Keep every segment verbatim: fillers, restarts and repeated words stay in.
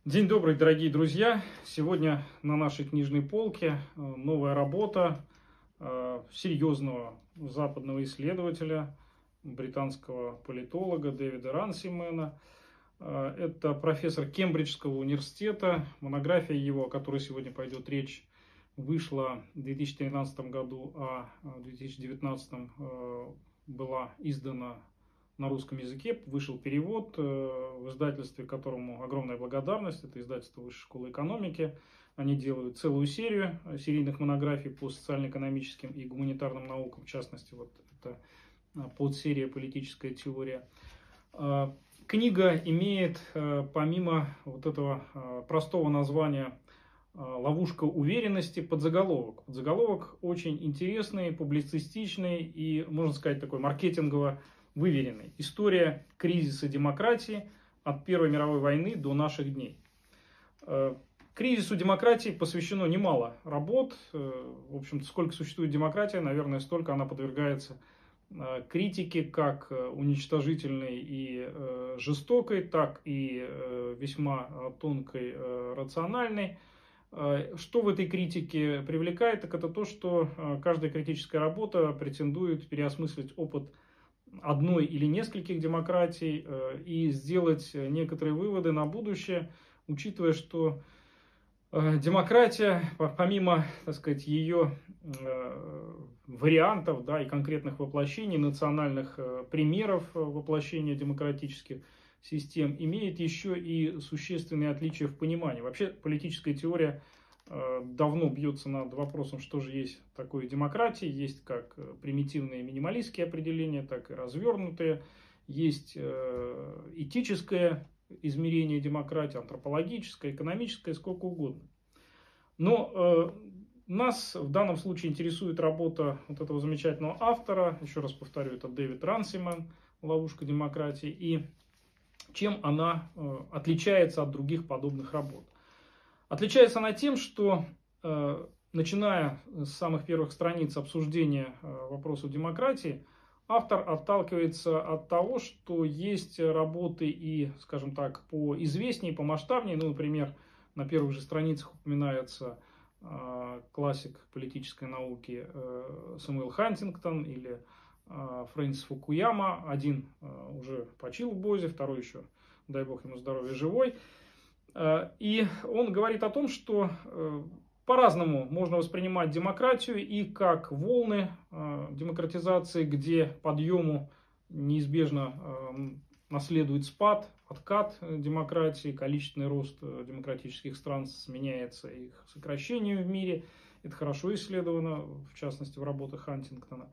День добрый, дорогие друзья! Сегодня на нашей книжной полке новая работа серьезного западного исследователя, британского политолога Дэвида Рансимена. Это профессор Кембриджского университета. Монография его, о которой сегодня пойдет речь, вышла в две тысячи тринадцатом году, а в две тысячи девятнадцатом была издана на русском языке. Вышел перевод в издательстве, которому огромная благодарность. Это издательство Высшей школы экономики. Они делают целую серию серийных монографий по социально-экономическим и гуманитарным наукам. В частности, вот это подсерия «Политическая теория». Книга имеет, помимо вот этого простого названия «Ловушка уверенности», подзаголовок. Подзаголовок очень интересный, публицистичный и, можно сказать, такой маркетингово выверенный. История кризиса демократии от Первой мировой войны до наших дней. Кризису демократии посвящено немало работ. В общем-то, сколько существует демократия, наверное, столько она подвергается критике, как уничтожительной и жестокой, так и весьма тонкой, рациональной. Что в этой критике привлекает, так это то, что каждая критическая работа претендует переосмыслить опыт одной или нескольких демократий и сделать некоторые выводы на будущее, учитывая, что демократия, помимо, так сказать, ее вариантов, да, и конкретных воплощений, национальных примеров воплощения демократических систем, имеет еще и существенные отличия в понимании. Вообще политическая теория давно бьется над вопросом, что же есть такое демократия. Есть как примитивные минималистские определения, так и развернутые. Есть этическое измерение демократии, антропологическое, экономическое, сколько угодно. Но нас в данном случае интересует работа вот этого замечательного автора. Еще раз повторю, это Дэвид Рансимен, «Ловушка демократии». И чем она отличается от других подобных работ? Отличается она тем, что, начиная с самых первых страниц обсуждения вопросов демократии, автор отталкивается от того, что есть работы и, скажем так, поизвестнее, помасштабнее. Ну, например, на первых же страницах упоминается классик политической науки Сэмюэл Хантингтон или Фрэнсис Фукуяма. Один уже почил в Бозе, второй еще, дай бог ему здоровья, живой. И он говорит о том, что по-разному можно воспринимать демократию и как волны демократизации, где подъему неизбежно наследует спад, откат демократии, количественный рост демократических стран сменяется их сокращению в мире. Это хорошо исследовано, в частности, в работах Хантингтона.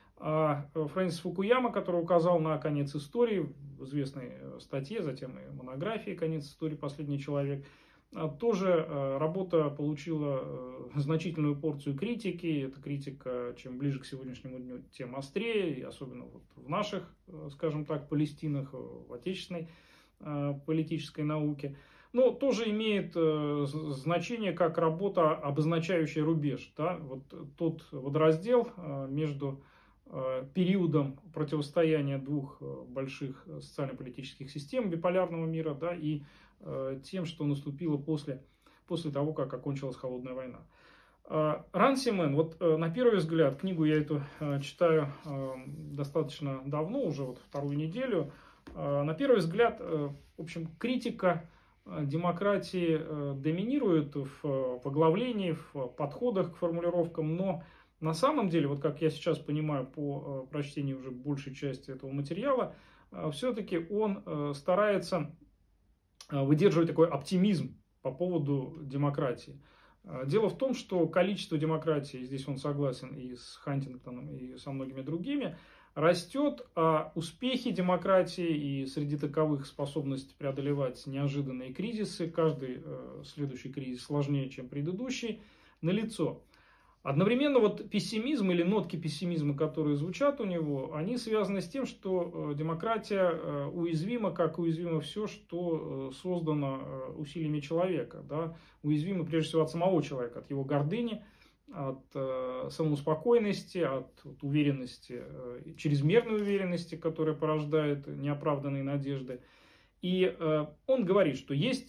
А Фрэнсис Фукуяма, который указал на конец истории в известной статье, затем и монографии «Конец истории. Последний человек», тоже работа получила значительную порцию критики. Эта критика, чем ближе к сегодняшнему дню, тем острее, и особенно вот в наших, скажем так, Палестинах, в отечественной политической науке. Но тоже имеет значение как работа, обозначающая рубеж. Да? Вот тот водораздел между периодом противостояния двух больших социально-политических систем биполярного мира, да, и тем, что наступило после, после того, как окончилась холодная война. Рансимен, вот на первый взгляд, книгу я эту читаю достаточно давно, уже вот вторую неделю. На первый взгляд, в общем, критика демократии доминирует в поглавлении, в подходах к формулировкам, но на самом деле, вот как я сейчас понимаю по прочтению уже большей части этого материала, все-таки он старается выдерживать такой оптимизм по поводу демократии. Дело в том, что количество демократий, здесь он согласен и с Хантингтоном, и со многими другими, растет, а успехи демократии и среди таковых способность преодолевать неожиданные кризисы, каждый следующий кризис сложнее, чем предыдущий, налицо. Одновременно вот пессимизм или нотки пессимизма, которые звучат у него, они связаны с тем, что демократия уязвима, как уязвимо все, что создано усилиями человека. Да? Уязвима прежде всего от самого человека, от его гордыни, от самоуспокоенности, от, от уверенности, чрезмерной уверенности, которая порождает неоправданные надежды. И он говорит, что есть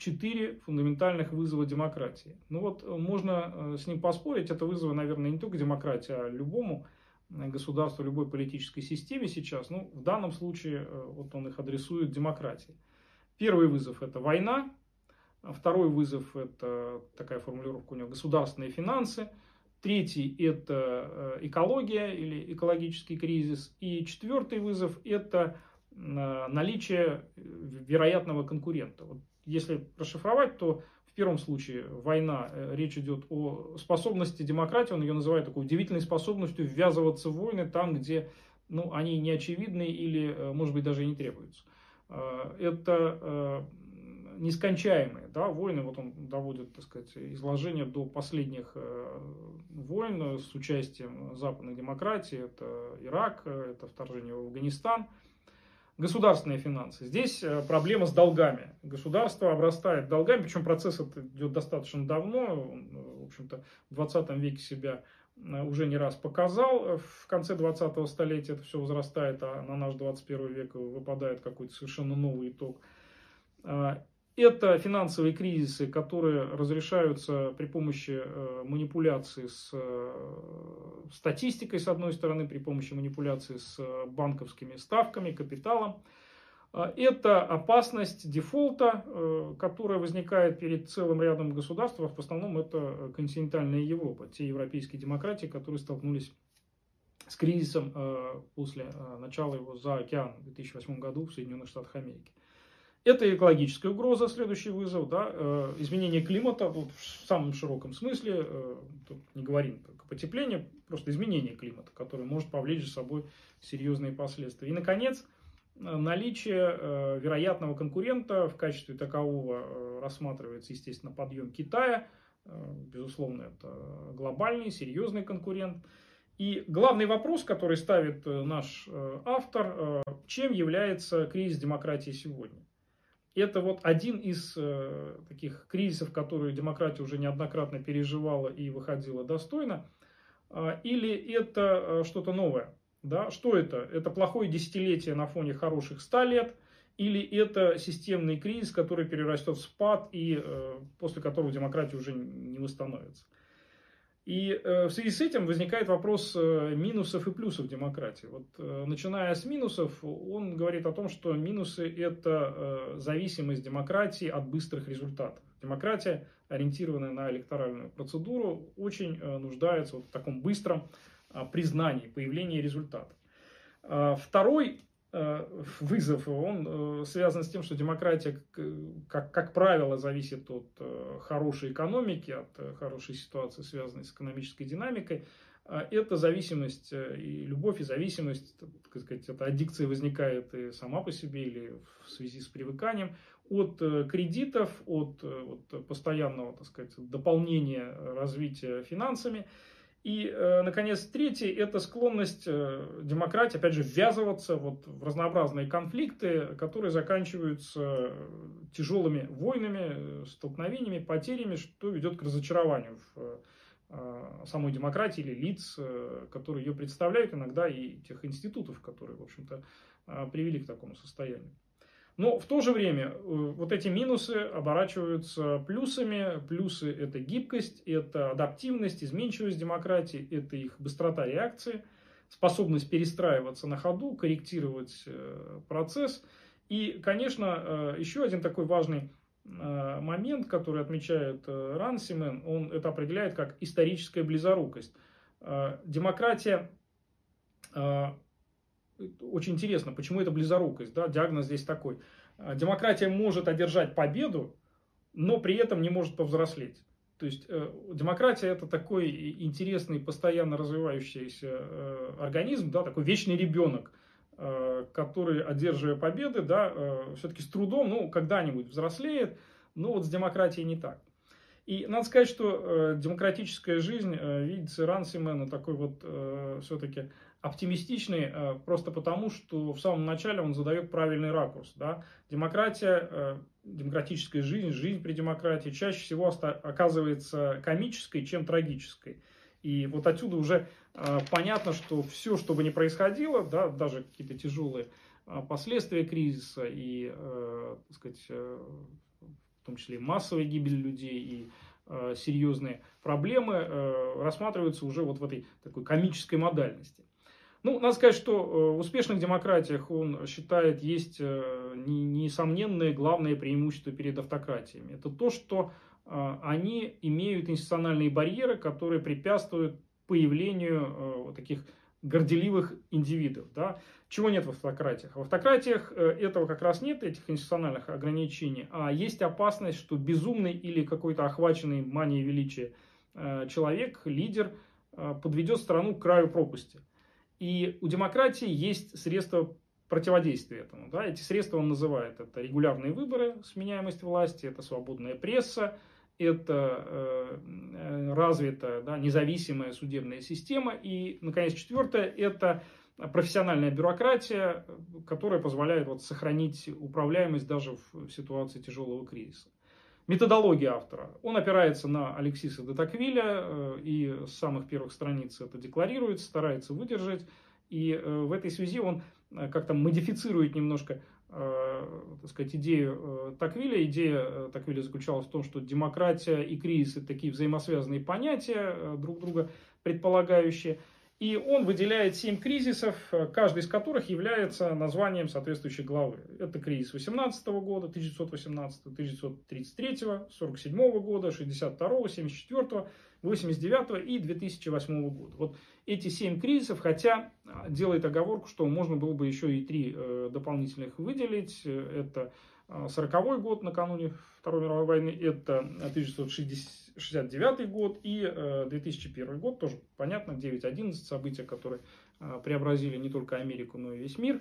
четыре фундаментальных вызова демократии. Ну вот можно с ним поспорить, это вызовы, наверное, не только демократии, а любому государству, любой политической системе сейчас. Ну, в данном случае вот он их адресует демократии. Первый вызов – это война. Второй вызов – это такая формулировка у него – государственные финансы. Третий – это экология или экологический кризис. И четвертый вызов – это наличие вероятного конкурента. Вот если расшифровать, то в первом случае война, речь идет о способности демократии, он ее называет такой удивительной способностью ввязываться в войны там, где ну, они не очевидны или, может быть, даже и не требуются. Это нескончаемые да, войны, вот он доводит, так сказать, изложение до последних войн с участием западной демократии, это Ирак, это вторжение в Афганистан. Государственные финансы. Здесь проблема с долгами. Государство обрастает долгами, причем процесс этот идет достаточно давно. Он, в общем-то, в двадцатом веке себя уже не раз показал. В конце двадцатого столетия это все возрастает, а на наш двадцать первый век выпадает какой-то совершенно новый итог. Это финансовые кризисы, которые разрешаются при помощи манипуляции с статистикой, с одной стороны, при помощи манипуляции с банковскими ставками, капиталом. Это опасность дефолта, которая возникает перед целым рядом государств, в основном это континентальная Европа, те европейские демократии, которые столкнулись с кризисом после начала его за океаном в две тысячи восьмом году в Соединенных Штатах Америки. Это экологическая угроза, следующий вызов, да, э, изменение климата вот, в самом широком смысле, э, тут не говорим только потепление, просто изменение климата, которое может повлечь за собой серьезные последствия. И, наконец, наличие э, вероятного конкурента в качестве такового э, рассматривается, естественно, подъем Китая, э, безусловно, это глобальный, серьезный конкурент. И главный вопрос, который ставит наш э, автор, э, чем является кризис демократии сегодня? Это вот один из э, таких кризисов, которые демократия уже неоднократно переживала и выходила достойно. Э, или это э, что-то новое? Да? Что это? Это плохое десятилетие на фоне хороших ста лет? Или это системный кризис, который перерастет в спад и э, после которого демократия уже не восстановится? И э, в связи с этим возникает вопрос э, минусов и плюсов демократии. Вот, э, начиная с минусов, он говорит о том, что минусы – это э, зависимость демократии от быстрых результатов. Демократия, ориентированная на электоральную процедуру, очень э, нуждается вот в таком быстром э, признании, появлении результатов. Э, второй вызов, он связан с тем, что демократия, как, как правило, зависит от хорошей экономики, от хорошей ситуации, связанной с экономической динамикой. Эта зависимость и любовь, и зависимость, так сказать, эта аддикция возникает и сама по себе, или в связи с привыканием, от кредитов, от, от постоянного, так сказать, дополнения развития финансами. И, наконец, третье – это склонность демократии, опять же, ввязываться вот в разнообразные конфликты, которые заканчиваются тяжелыми войнами, столкновениями, потерями, что ведет к разочарованию в самой демократии или лиц, которые ее представляют, иногда и тех институтов, которые, в общем-то, привели к такому состоянию. Но в то же время вот эти минусы оборачиваются плюсами. Плюсы – это гибкость, это адаптивность, изменчивость демократии, это их быстрота реакции, способность перестраиваться на ходу, корректировать процесс. И, конечно, еще один такой важный момент, который отмечает Рансимен, он это определяет как историческая близорукость. Демократия... Очень интересно, почему это близорукость, да? Диагноз здесь такой. Демократия может одержать победу, но при этом не может повзрослеть. То есть демократия это такой интересный, постоянно развивающийся организм, да, такой вечный ребенок, который, одерживая победы, да, все-таки с трудом, ну, когда-нибудь взрослеет, но вот с демократией не так. И надо сказать, что демократическая жизнь видится Рансимену такой вот все-таки оптимистичный, просто потому, что в самом начале он задает правильный ракурс. Да? Демократия, демократическая жизнь, жизнь при демократии чаще всего оказывается комической, чем трагической. И вот отсюда уже понятно, что все, что бы ни происходило, да, даже какие-то тяжелые последствия кризиса и, так сказать, в том числе массовая гибель людей и э, серьезные проблемы, э, рассматриваются уже вот в этой такой комической модальности. Ну, надо сказать, что в успешных демократиях, он считает, есть несомненное главное преимущество перед автократиями. Это то, что они имеют институциональные барьеры, которые препятствуют появлению таких горделивых индивидов. Да? Чего нет в автократиях? В автократиях этого как раз нет, этих институциональных ограничений, а есть опасность, что безумный или какой-то охваченный манией величия человек, лидер, подведет страну к краю пропасти. И у демократии есть средства противодействия этому. Да? Эти средства он называет. Это регулярные выборы, сменяемость власти, это свободная пресса, это э, развитая, да, независимая судебная система. И, наконец, четвертое, это профессиональная бюрократия, которая позволяет вот, сохранить управляемость даже в ситуации тяжелого кризиса. Методология автора. Он опирается на Алексиса де Токвиля и с самых первых страниц это декларирует, старается выдержать. И в этой связи он как-то модифицирует немножко, так сказать, идею Токвиля. Идея Токвиля заключалась в том, что демократия и кризис – это такие взаимосвязанные понятия, друг друга предполагающие. И он выделяет семь кризисов, каждый из которых является названием соответствующей главы. Это кризис восемнадцатого года, тысяча девятьсот восемнадцатого, тысяча девятьсот тридцать третьего, сорок седьмого года, шестьдесят второго, семьдесят четвёртого, восемьдесят девятого и две тысячи восьмого года. Вот эти семь кризисов, хотя делает оговорку, что можно было бы еще и три дополнительных выделить. Это сороковой год, накануне Второй мировой войны, это тысяча девятьсот шестьдесят девятый год и две тысячи первый год, тоже понятно, девять одиннадцать, события, которые преобразили не только Америку, но и весь мир.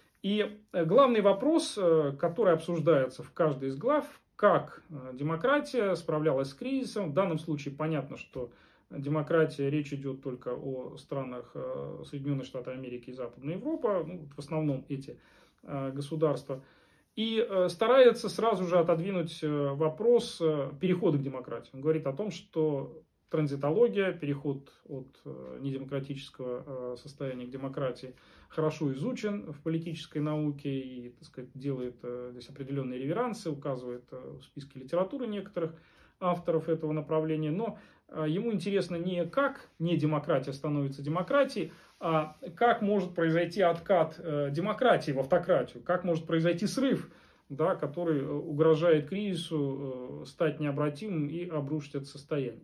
И главный вопрос, который обсуждается в каждой из глав, как демократия справлялась с кризисом. В данном случае понятно, что демократия, речь идет только о странах Соединенных Штатов Америки и Западной Европы, ну, в основном эти государства. И старается сразу же отодвинуть вопрос перехода к демократии. Он говорит о том, что транзитология, переход от недемократического состояния к демократии хорошо изучен в политической науке и, так сказать, делает здесь определенные реверансы, указывает в списке литературы некоторых авторов этого направления. Но ему интересно не как недемократия становится демократией, а как может произойти откат демократии в автократию, как может произойти срыв, да, который угрожает кризису стать необратимым и обрушить это состояние.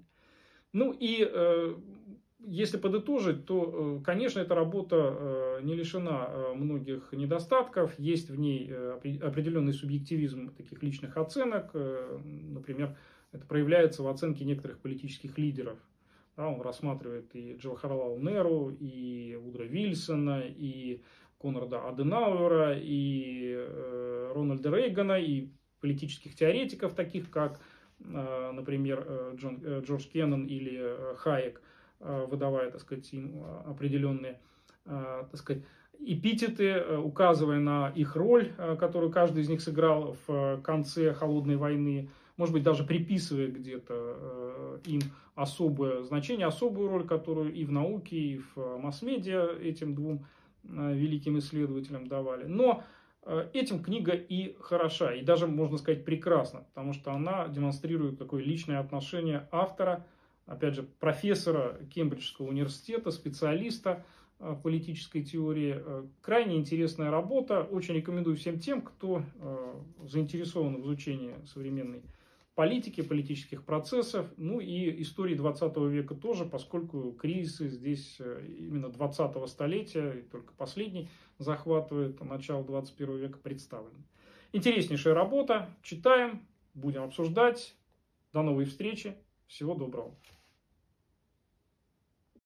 Ну и э, если подытожить, то, конечно, эта работа э, не лишена э, многих недостатков. Есть в ней э, определенный субъективизм таких личных оценок. Э, например, это проявляется в оценке некоторых политических лидеров. Да, он рассматривает и Джавахарлала Неру, и Вудро Вильсона, и Конрада Аденауэра, и э, Рональда Рейгана, и политических теоретиков, таких как, э, например, Джон, э, Джордж Кеннон или э, Хайек, э, выдавая, так сказать, им определенные, э, так сказать, эпитеты, э, указывая на их роль, э, которую каждый из них сыграл в конце Холодной войны, может быть, даже приписывая где-то э, им особое значение, особую роль, которую и в науке, и в масс-медиа этим двум э, великим исследователям давали. Но э, этим книга и хороша, и даже, можно сказать, прекрасна, потому что она демонстрирует такое личное отношение автора, опять же, профессора Кембриджского университета, специалиста э, политической теории. Э, крайне интересная работа, очень рекомендую всем тем, кто э, заинтересован в изучении современной политики, политических процессов, ну и истории двадцатого века тоже, поскольку кризисы здесь именно двадцатого столетия, и только последний захватывает начало двадцать первого века представлены. Интереснейшая работа, читаем, будем обсуждать. До новой встречи, всего доброго.